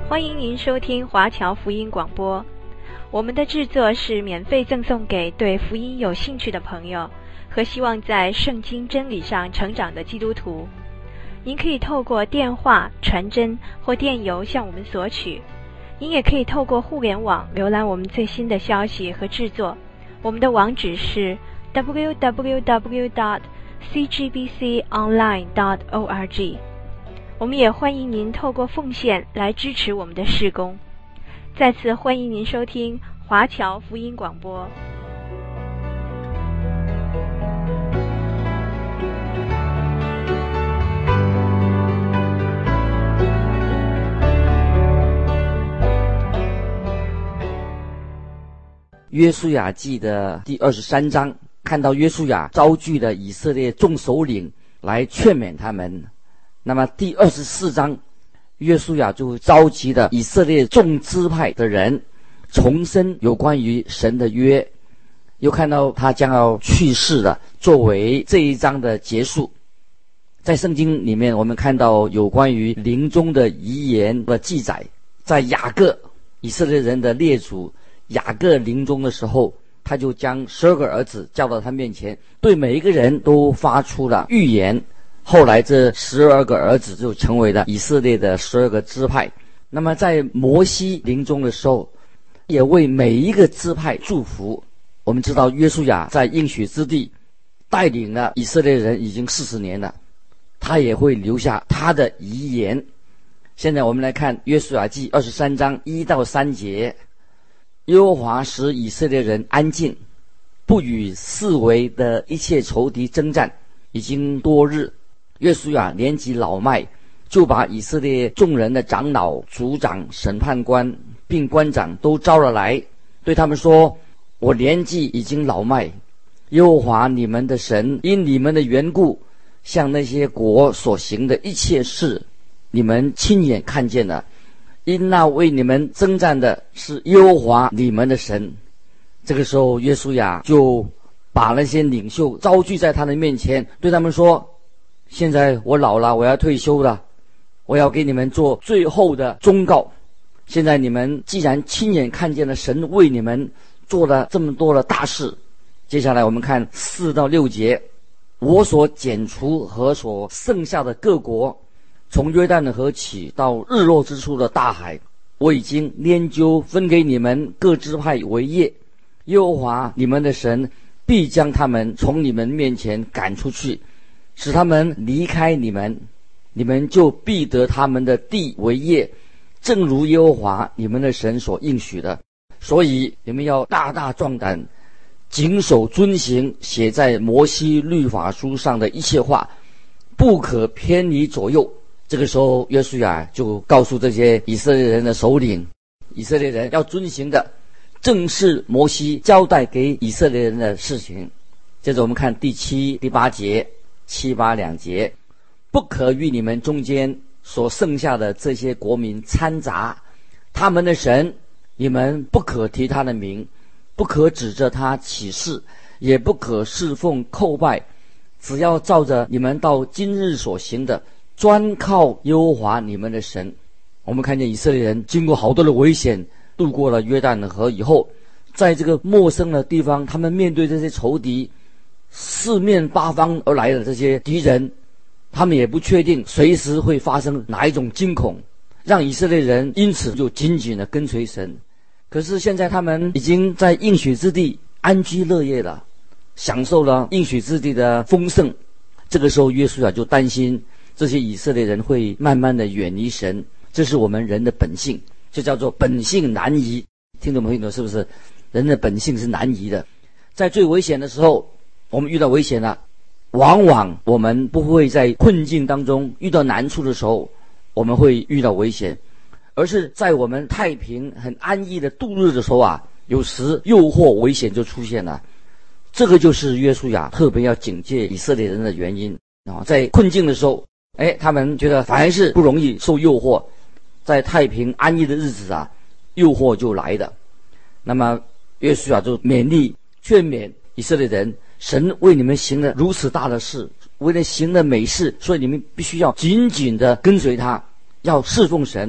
欢迎您收听华侨福音广播。我们的制作是免费赠送给对福音有兴趣的朋友和希望在圣经真理上成长的基督徒。您可以透过电话、传真或电邮向我们索取。您也可以透过互联网浏览我们最新的消息和制作。我们的网址是 www.cgbconline.org。我们也欢迎您透过奉献来支持我们的事工。再次欢迎您收听华侨福音广播。 约书亚记的第23章，看到约书亚招聚了以色列众首领来劝勉他们。那么第24章，约书亚就召集了以色列众支派的人，重申有关于神的约，又看到他将要去世了，作为这一章的结束。在圣经里面，我们看到有关于临终的遗言的记载，在雅各，以色列人的列祖雅各临终的时候，他就将12个儿子叫到他面前，对每一个人都发出了预言。后来这12个儿子就成为了以色列的12个支派。那么在摩西临终的时候，也为每一个支派祝福。我们知道约书亚在应许之地带领了以色列人已经40年了，他也会留下他的遗言。现在我们来看约书亚记23章1到3节。耶和华使以色列人安静，不与四围的一切仇敌征战，已经多日。约书亚年纪老迈，就把以色列众人的长老、族长、审判官并官长都招了来，对他们说：我年纪已经老迈，耶和华你们的神因你们的缘故，向那些国所行的一切事，你们亲眼看见了。因那为你们征战的是耶和华你们的神。这个时候约书亚就把那些领袖招聚在他的面前，对他们说：现在我老了，我要退休了，我要给你们做最后的忠告。现在你们既然亲眼看见了神为你们做了这么多的大事，接下来我们看4到6节。我所剪除和所剩下的各国，从约旦河起到日落之处的大海，我已经拈阄分给你们各支派为业。耶和华你们的神必将他们从你们面前赶出去，使他们离开你们，你们就必得他们的地为业，正如耶和华你们的神所应许的。所以你们要大大壮胆，谨守遵行写在摩西律法书上的一切话，不可偏离左右。这个时候约书亚就告诉这些以色列人的首领，以色列人要遵行的正是摩西交代给以色列人的事情。接着我们看第7、第8节，7、8两节。不可与你们中间所剩下的这些国民掺杂，他们的神你们不可提他的名，不可指着他起誓，也不可侍奉叩拜，只要照着你们到今日所行的，专靠耶和华你们的神。我们看见以色列人经过好多的危险，渡过了约旦河以后，在这个陌生的地方，他们面对这些仇敌，四面八方而来的这些敌人，他们也不确定随时会发生哪一种惊恐，让以色列人因此就紧紧的跟随神。可是现在他们已经在应许之地安居乐业了，享受了应许之地的丰盛。这个时候约书亚就担心这些以色列人会慢慢的远离神，这是我们人的本性，就叫做本性难移。听懂没听懂？是不是人的本性是难移的？在最危险的时候，我们遇到危险了，往往我们不会在困境当中遇到难处的时候我们会遇到危险，而是在我们太平很安逸的度日的时候啊，有时诱惑危险就出现了。这个就是约书亚特别要警戒以色列人的原因啊，在困境的时候，他们觉得凡是不容易受诱惑，在太平安逸的日子啊，诱惑就来的。那么约书亚就勉励劝勉以色列人，神为你们行了如此大的事，为了行了美事，所以你们必须要紧紧的跟随他，要侍奉神。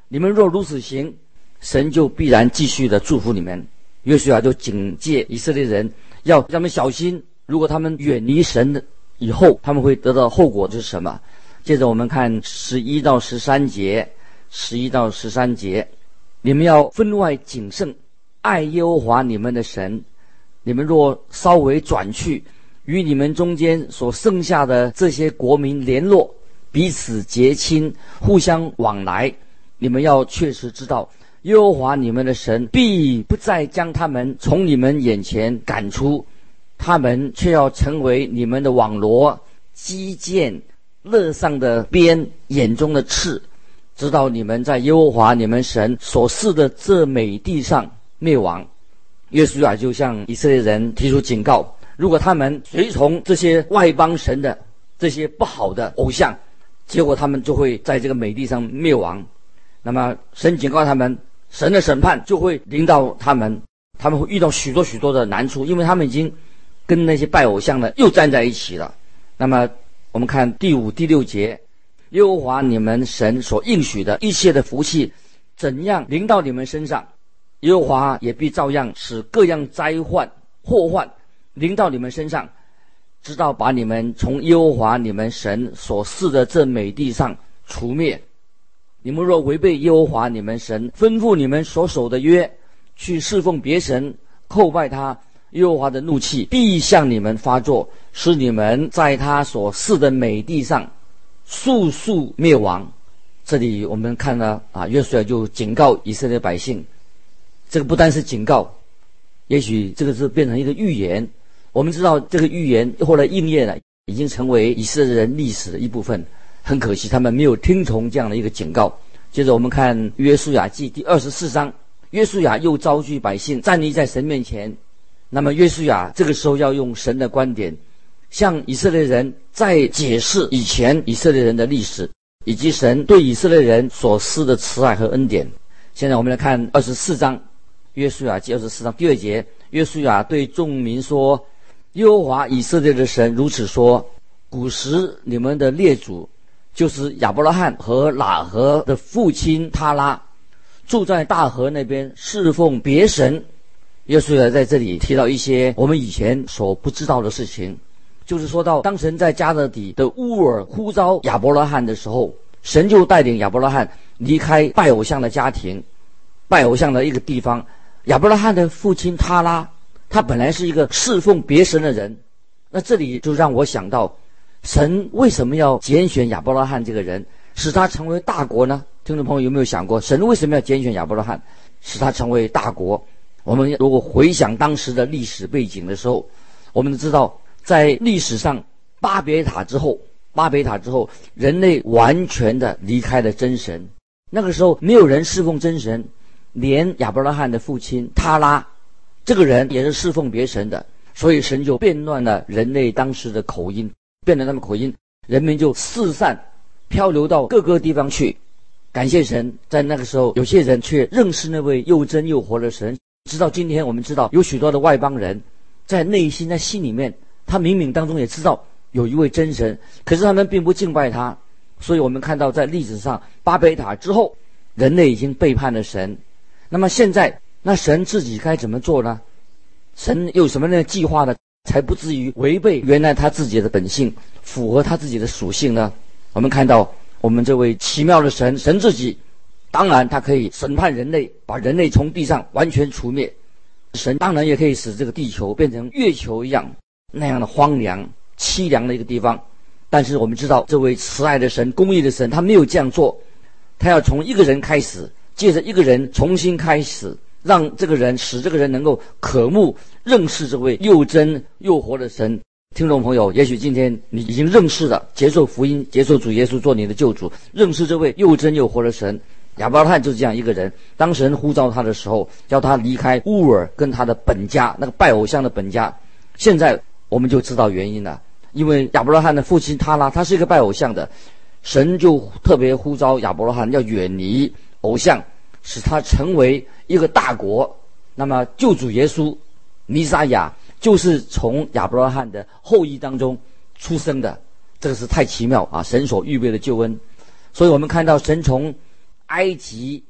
你们若如此行，神就必然继续的祝福你们。约书亚就警戒以色列人，要他们小心，如果他们远离神的以后，他们会得到后果是什么？接着我们看11到13节，11到13节，你们要分外谨慎，爱耶和华你们的神。你们若稍微转去，与你们中间所剩下的这些国民联络，彼此结亲，互相往来，你们要确实知道，耶和华你们的神必不再将他们从你们眼前赶出，他们却要成为你们的网罗、击剑、肋上的鞭、眼中的刺，直到你们在耶和华你们神所赐的这美地上灭亡。约书亚就向以色列人提出警告，如果他们随从这些外邦神的这些不好的偶像，结果他们就会在这个美地上灭亡。那么神警告他们，神的审判就会临到他们，他们会遇到许多许多的难处，因为他们已经跟那些拜偶像的又站在一起了。那么我们看第5、第6节，耶和华你们神所应许的一切的福气怎样临到你们身上，耶和华也必照样使各样灾患祸患临到你们身上，直到把你们从耶和华你们神所赐的这美地上除灭。你们若违背耶和华你们神吩咐你们所守的约，去侍奉别神，叩拜他，耶和华的怒气必向你们发作，使你们在他所赐的美地上速速灭亡。这里我们看了约书亚就警告以色列百姓，这个不单是警告，也许这个是变成一个预言。我们知道这个预言后来应验了，已经成为以色列人历史的一部分。很可惜他们没有听从这样的一个警告。接着我们看约书亚记第24章，约书亚又召集百姓站立在神面前。那么约书亚这个时候要用神的观点向以色列人再解释以前以色列人的历史，以及神对以色列人所施的慈爱和恩典。现在我们来看24章，约书亚记24章第2节，约书亚对众民说，耶和华以色列的神如此说，古时你们的列祖，就是亚伯拉罕和喇合的父亲他拉，住在大河那边侍奉别神。约书亚在这里提到一些我们以前所不知道的事情，就是说到当神在加勒底的乌尔呼召亚伯拉罕的时候，神就带领亚伯拉罕离开拜偶像的家庭，拜偶像的一个地方。亚伯拉罕的父亲他拉，他本来是一个侍奉别神的人，那这里就让我想到，神为什么要拣选亚伯拉罕这个人，使他成为大国呢？听众朋友有没有想过，神为什么要拣选亚伯拉罕，使他成为大国？我们如果回想当时的历史背景的时候，我们知道在历史上巴别塔之后，人类完全的离开了真神。那个时候没有人侍奉真神，连亚伯拉罕的父亲他拉这个人也是侍奉别神的，所以神就变乱了人类当时的口音，变了他们口音，人民就四散漂流到各个地方去。感谢神，在那个时候有些人却认识那位又真又活的神。直到今天我们知道有许多的外邦人在内心在心里面，他冥冥当中也知道有一位真神，可是他们并不敬拜他。所以我们看到在历史上巴别塔之后，人类已经背叛了神。那么现在那神自己该怎么做呢？神有什么样的计划呢，才不至于违背原来他自己的本性，符合他自己的属性呢？我们看到我们这位奇妙的神，神自己当然他可以审判人类，把人类从地上完全除灭。神当然也可以使这个地球变成月球一样那样的荒凉凄凉的一个地方。但是我们知道这位慈爱的神，公义的神，他没有这样做，他要从一个人开始，借着一个人重新开始，让这个人使这个人能够渴慕认识这位又真又活的神。听众朋友，也许今天你已经认识了，接受福音，接受主耶稣做你的救主，认识这位又真又活的神。亚伯拉罕就是这样一个人，当神呼召他的时候，叫他离开乌尔跟他的本家，那个拜偶像的本家。现在我们就知道原因了，因为亚伯拉罕的父亲他拉，他是一个拜偶像的，神就特别呼召亚伯拉罕要远离偶像，使他成为一个大国。那么救主耶稣弥撒亚就是从亚伯拉罕的后裔当中出生的，这个是太奇妙啊！神所预备的救恩。所以我们看到神从埃及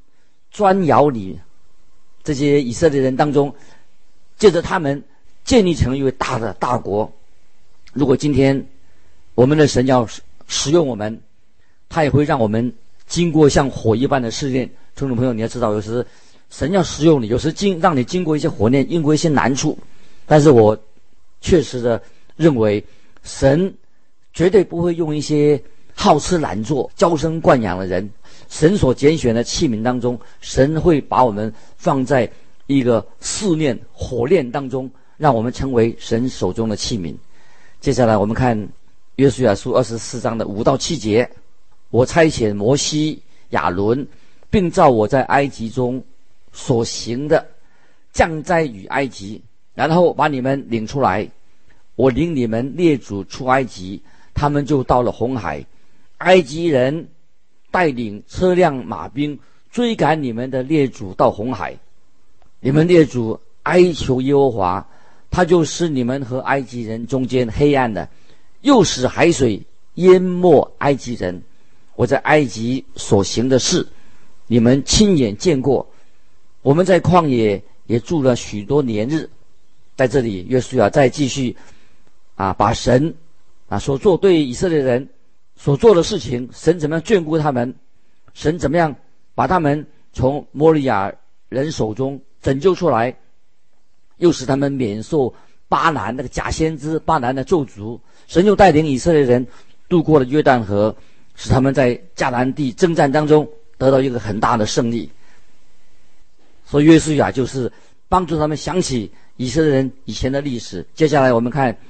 专摇你这些以色列人当中，借着他们建立成一位大国。如果今天我们的神要使用我们，他也会让我们经过像火一般的试炼。听众朋友，你要知道，有时神要使用你，有时让你经过一些火炼，经过一些难处。但是我确实的认为，神绝对不会用一些好吃懒做、娇生惯养的人。神所拣选的器皿当中，神会把我们放在一个试炼、火炼当中，让我们成为神手中的器皿。接下来我们看约书亚书24章的5到7节。我差遣摩西、亚伦，并照我在埃及中所行的降灾与埃及，然后把你们领出来。我领你们列祖出埃及，他们就到了红海。埃及人带领车辆马兵追赶你们的列祖到红海。你们列祖哀求耶和华，他就使你们和埃及人中间黑暗的，又使海水淹没埃及人。我在埃及所行的事，你们亲眼见过。我们在旷野也住了许多年日。在这里约书亚再继续把神所做对以色列人所做的事情，神怎么样眷顾他们，神怎么样把他们从摩利亚人手中拯救出来，又使他们免受巴兰那个假先知巴兰的咒诅。神又带领以色列人渡过了约旦河，使他们在迦南地征战当中得到一个很大的胜利。所以约书亚就是帮助他们想起以色列人以前的历史。接下来我们看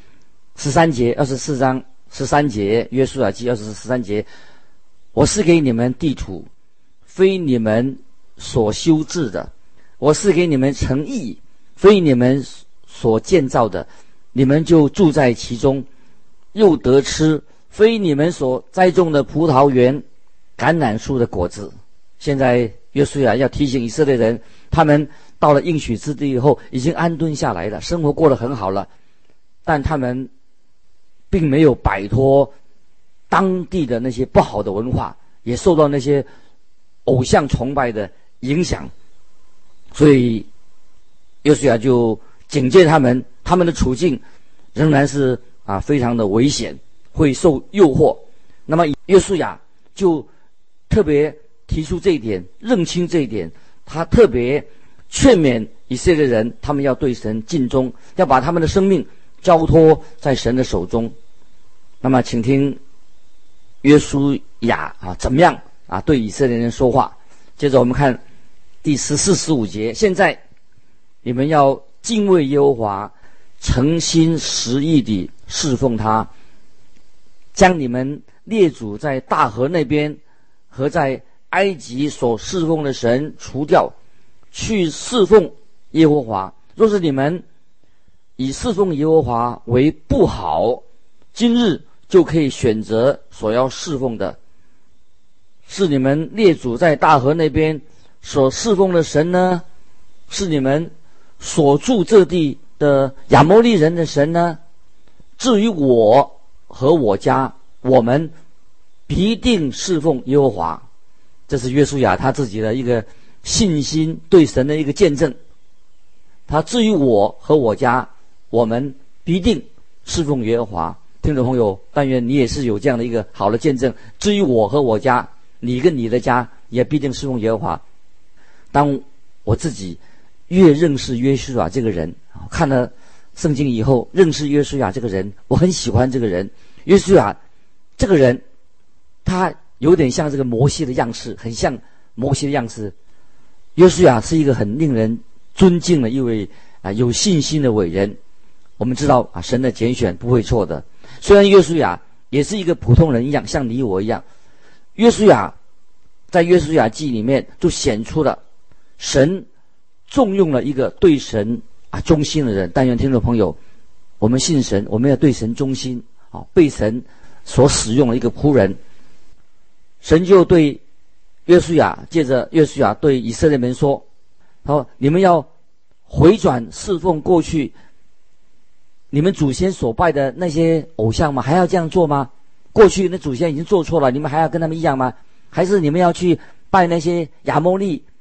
13节，24章13节，约书亚记13节。我是给你们地土，非你们所修治的；我是给你们城邑，非你们所建造的。你们就住在其中，又得吃非你们所栽种的葡萄园、橄榄树的果子。现在约书亚要提醒以色列人，他们到了应许之地以后，已经安顿下来了，生活过得很好了，但他们并没有摆脱当地的那些不好的文化，也受到那些偶像崇拜的影响。所以约书亚就警戒他们，他们的处境仍然是非常的危险，会受诱惑。那么约书亚就特别提出这一点，认清这一点，他特别劝勉以色列人，他们要对神尽忠，要把他们的生命交托在神的手中。那么请听约书亚怎么样对以色列人说话。接着我们看第14、15节。现在你们要敬畏耶和华，诚心实意地侍奉他，将你们列祖在大河那边和在埃及所侍奉的神除掉，去侍奉耶和华。若是你们以侍奉耶和华为不好，今日就可以选择所要侍奉的。是你们列祖在大河那边所侍奉的神呢？是你们所住这地的亚摩利人的神呢？至于我和我家，我们必定侍奉耶和华。这是约书亚他自己的一个信心，对神的一个见证。他至于我和我家，我们必定侍奉耶和华。听众朋友，但愿你也是有这样的一个好的见证。至于我和我家，你跟你的家也必定侍奉耶和华。当我自己越认识约书亚这个人，看了圣经以后，认识约书亚这个人，我很喜欢这个人。约书亚这个人，他有点像这个摩西的样式，很像摩西的样式。约书亚是一个很令人尊敬的一位有信心的伟人。我们知道神的拣选不会错的。虽然约书亚也是一个普通人一样，像你我一样，约书亚在约书亚记里面就显出了神重用了一个对神忠心的人。但愿听众朋友，我们信神，我们要对神忠心，被神所使用的一个仆人。神就对约书亚，借着约书亚对以色列人说，你们要回转侍奉过去你们祖先所拜的那些偶像吗？还要这样做吗？过去那祖先已经做错了，你们还要跟他们一样吗？还是你们要去拜那些亚摩利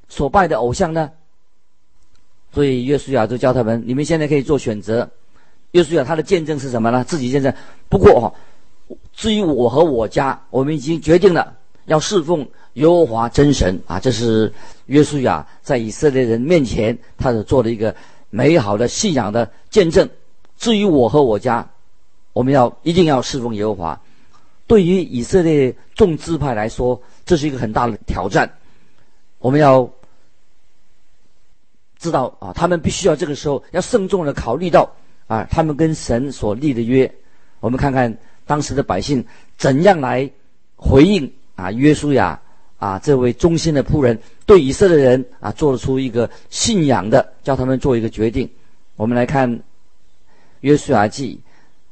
所拜的偶像呢？所以约书亚就教他们，你们现在可以做选择。约书亚他的见证是什么呢？自己见证。不过至于我和我家，我们已经决定了要侍奉耶和华真神啊！这是约书亚在以色列人面前他所做的一个美好的信仰的见证。至于我和我家，我们一定要侍奉耶和华。对于以色列众支派来说，这是一个很大的挑战。我们要知道啊，他们必须要这个时候要慎重的考虑到啊，他们跟神所立的约。我们看看当时的百姓怎样来回应啊，约书亚啊这位忠心的仆人对以色列人啊做出一个信仰的，叫他们做一个决定。我们来看约书亚记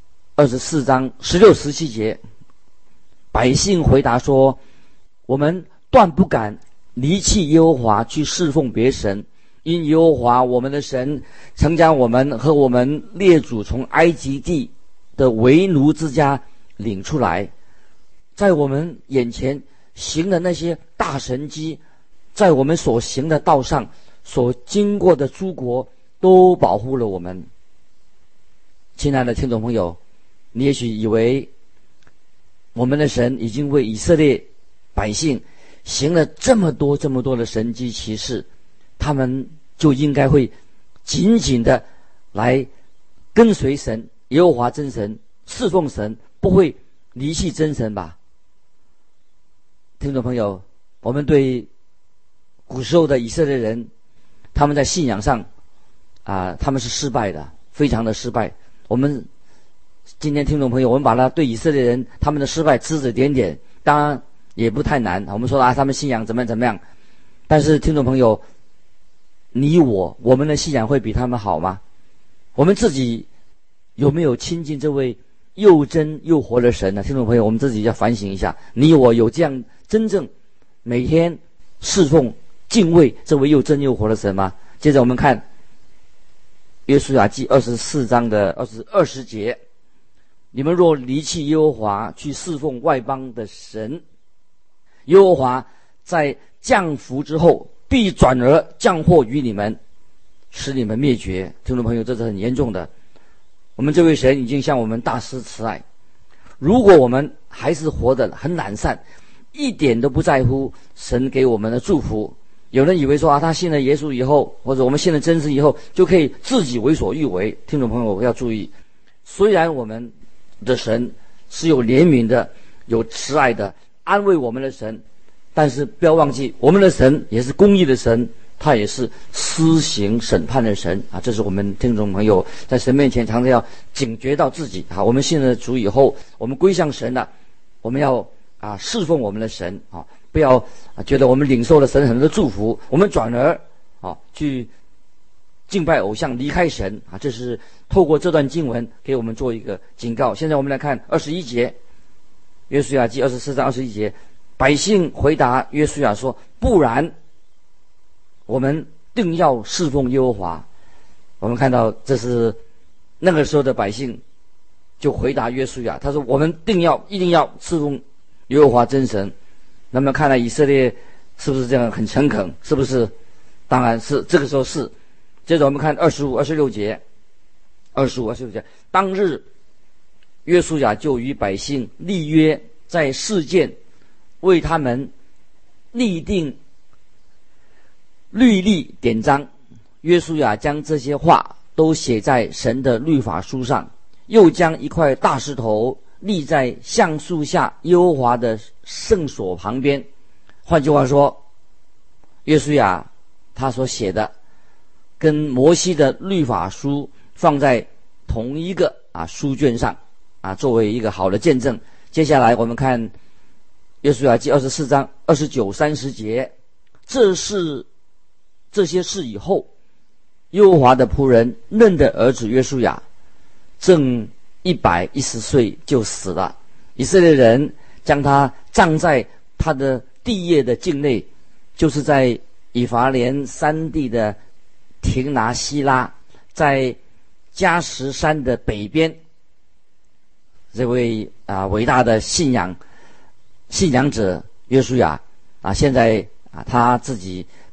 24章16、17节，百姓回答说：我们断不敢离弃耶和华去侍奉别神，因耶和华我们的神曾将我们和我们列祖从埃及地的为奴之家领出来，在我们眼前行的那些大神迹，在我们所行的道上所经过的诸国都保护了我们。亲爱的听众朋友，你也许以为我们的神已经为以色列百姓行了这么多的神迹奇事，他们就应该会紧紧的来跟随神耶和华真神，侍奉神，不会离弃真神吧？听众朋友，我们对古时候的以色列人，他们在信仰上他们是失败的，非常的失败。我们今天听众朋友，我们把他对以色列人他们的失败指指点点，当然也不太难。我们说他们信仰怎么样，但是听众朋友，你我们的信仰会比他们好吗？我们自己有没有亲近这位又真又活的神呢？听众朋友，我们自己要反省一下，你我有这样真正每天侍奉敬畏这位又真又活的神吗？接着我们看约书亚记24章的20节，你们若离弃耶和华去侍奉外邦的神，耶和华在降福之后必转而降祸于你们，使你们灭绝。听众朋友，这是很严重的。我们这位神已经向我们大施慈爱，如果我们还是活得很懒散，一点都不在乎神给我们的祝福，有人以为说他信了耶稣以后，或者我们信了真神以后，就可以自己为所欲为。听众朋友要注意，虽然我们的神是有怜悯的，有慈爱的，安慰我们的神，但是不要忘记，我们的神也是公义的神，他也是施行审判的神啊！这是我们听众朋友在神面前常常要警觉到自己啊！我们信了主以后，我们归向神了，我们要侍奉我们的神啊！不要觉得我们领受了神很多的祝福，我们转而去敬拜偶像，离开神啊！这是透过这段经文给我们做一个警告。现在我们来看21节，约书亚记24章21节，百姓回答约书亚说：不然我们定要侍奉耶和华。我们看到这是那个时候的百姓就回答约书亚，他说我们一定要侍奉耶和华真神。那么看来以色列是不是这样很诚恳？是不是？当然是，这个时候是。接着我们看25、26节，25、26节，当日约书亚就与百姓立约，在示剑，为他们立定律例典章。约书亚将这些话都写在神的律法书上，又将一块大石头立在橡树下耶和华的圣所旁边。换句话说，约书亚他所写的跟摩西的律法书放在同一个书卷上作为一个好的见证。接下来我们看约书亚记24章29、30节，这些事以后，耶和华的仆人嫩的儿子约书亚正110岁就死了。以色列人将他葬在他的地业的境内，就是在以法莲山地的亭拿西拉，在加什山的北边。这位伟大的信仰者约书亚现在他自己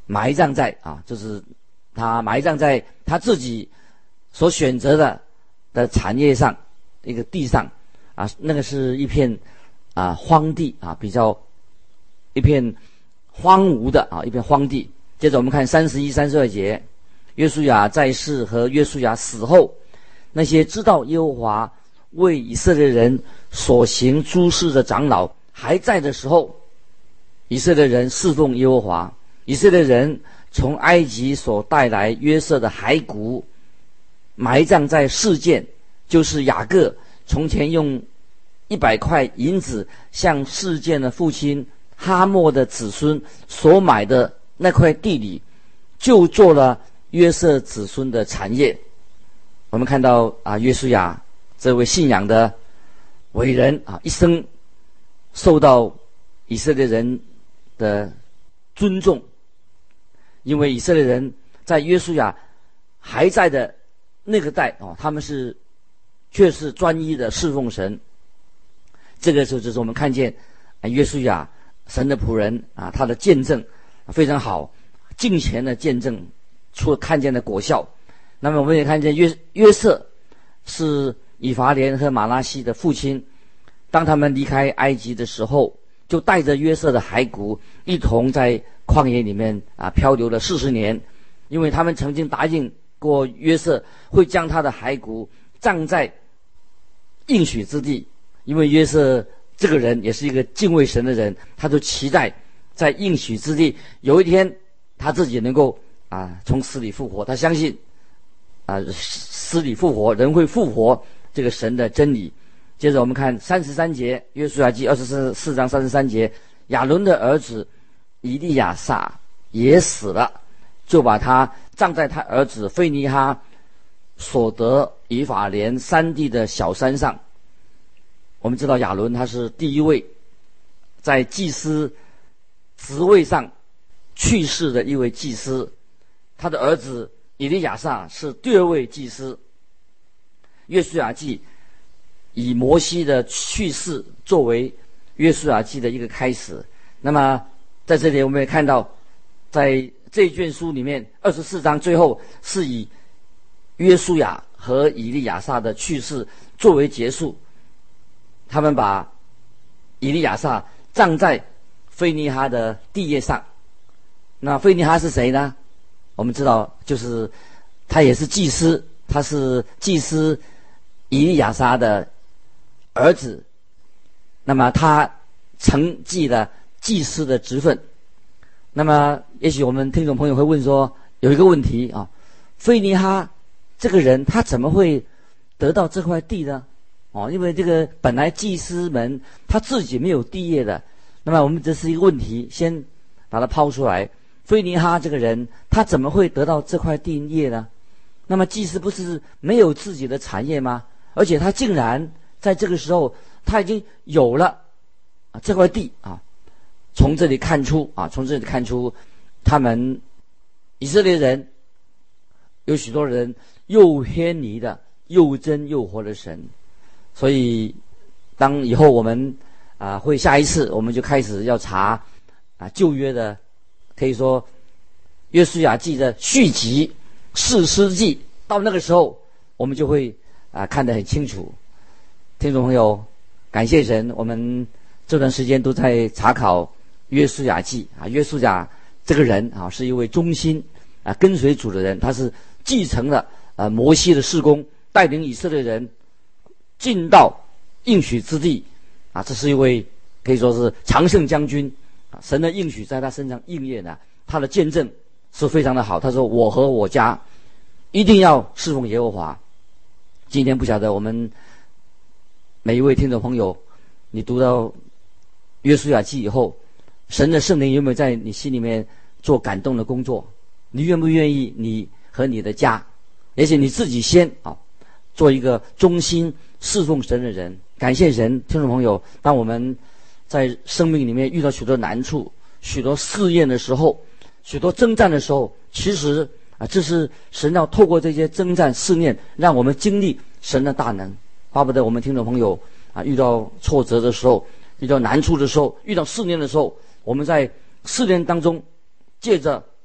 埋葬在就是他埋葬在他自己所选择的产业上，一个地上那个是一片荒地比较一片荒芜的一片荒地。接着我们看31、32节，约书亚在世和约书亚死后，那些知道耶和华为以色列人所行诸事的长老还在的时候，以色列人侍奉耶和华。以色列人从埃及所带来约瑟的骸骨，埋葬在示剑，就是雅各从前用100块银子向示剑的父亲哈莫的子孙所买的那块地里，就做了约瑟子孙的产业。我们看到约书亚这位信仰的伟人一生受到以色列人的尊重，因为以色列人在约书亚还在的那个代他们却是专一的侍奉神。这个时候就是我们看见约书亚神的仆人他的见证非常好，敬虔的见证出了看见的果效。那么我们也看见约瑟是以法莲和马拉西的父亲，当他们离开埃及的时候，就带着约瑟的骸骨一同在旷野里面漂流了40年，因为他们曾经答应过约瑟会将他的骸骨葬在应许之地。因为约瑟这个人也是一个敬畏神的人，他就期待在应许之地有一天他自己能够从死里复活。他相信死里复活，人会复活这个神的真理。接着我们看33节，约书亚记24章33节，亚伦的儿子以利亚撒也死了，就把他葬在他儿子菲尼哈所得以法莲山地的小山上。我们知道亚伦他是第一位在祭司职位上去世的一位祭司，他的儿子以利亚撒是第二位祭司。约书亚记以摩西的去世作为约书亚记的一个开始。那么在这里我们也看到，在这卷书里面24章最后是以约书亚和以利亚撒的去世作为结束。他们把以利亚撒葬在菲尼哈的地业上。那菲尼哈是谁呢？我们知道就是他也是祭司，他是祭司以利亚撒的儿子。那么他承继了祭司的职分。那么也许我们听众朋友会问说，有一个问题菲尼哈这个人他怎么会得到这块地呢？因为这个本来祭司们他自己没有地业的。那么我们这是一个问题，先把它抛出来。菲尼哈这个人他怎么会得到这块地业呢？那么祭司不是没有自己的产业吗？而且他竟然在这个时候他已经有了这块地从这里看出他们以色列人有许多人又偏离的又真又活的神。所以当以后我们会下一次我们就开始要查旧约的，可以说约书亚记的续集士师记，到那个时候我们就会看得很清楚。听众朋友，感谢神，我们这段时间都在查考约书亚记约书亚这个人是一位忠心跟随主的人，他是继承了摩西的事工，带领以色列人进到应许之地这是一位可以说是常胜将军神的应许在他身上应验了，他的见证是非常的好。他说我和我家一定要侍奉耶和华。今天不晓得我们每一位听众朋友，你读到约书亚记以后，神的圣灵有没有在你心里面做感动的工作？你愿不愿意你和你的家，而且你自己先做一个忠心侍奉神的人？感谢神，听众朋友，当我们在生命里面遇到许多难处、许多试验的时候、许多征战的时候，其实这是神要透过这些征战试验，让我们经历神的大能。巴不得我们听众朋友遇到挫折的时候、遇到难处的时候、遇到试炼的时候，我们在试炼当中借着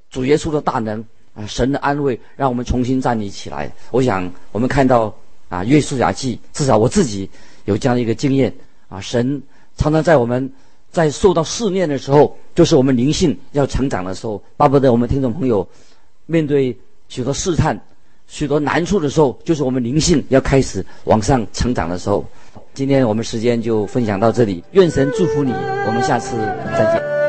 主耶稣的大能神的安慰，让我们重新站立起来。我想我们看到约书亚记，至少我自己有这样的一个经验神常常在我们在受到试炼的时候，就是我们灵性要成长的时候，巴不得我们听众朋友面对许多试探、许多难处的时候，就是我们灵性要开始往上成长的时候。今天我们时间就分享到这里，愿神祝福你，我们下次再见。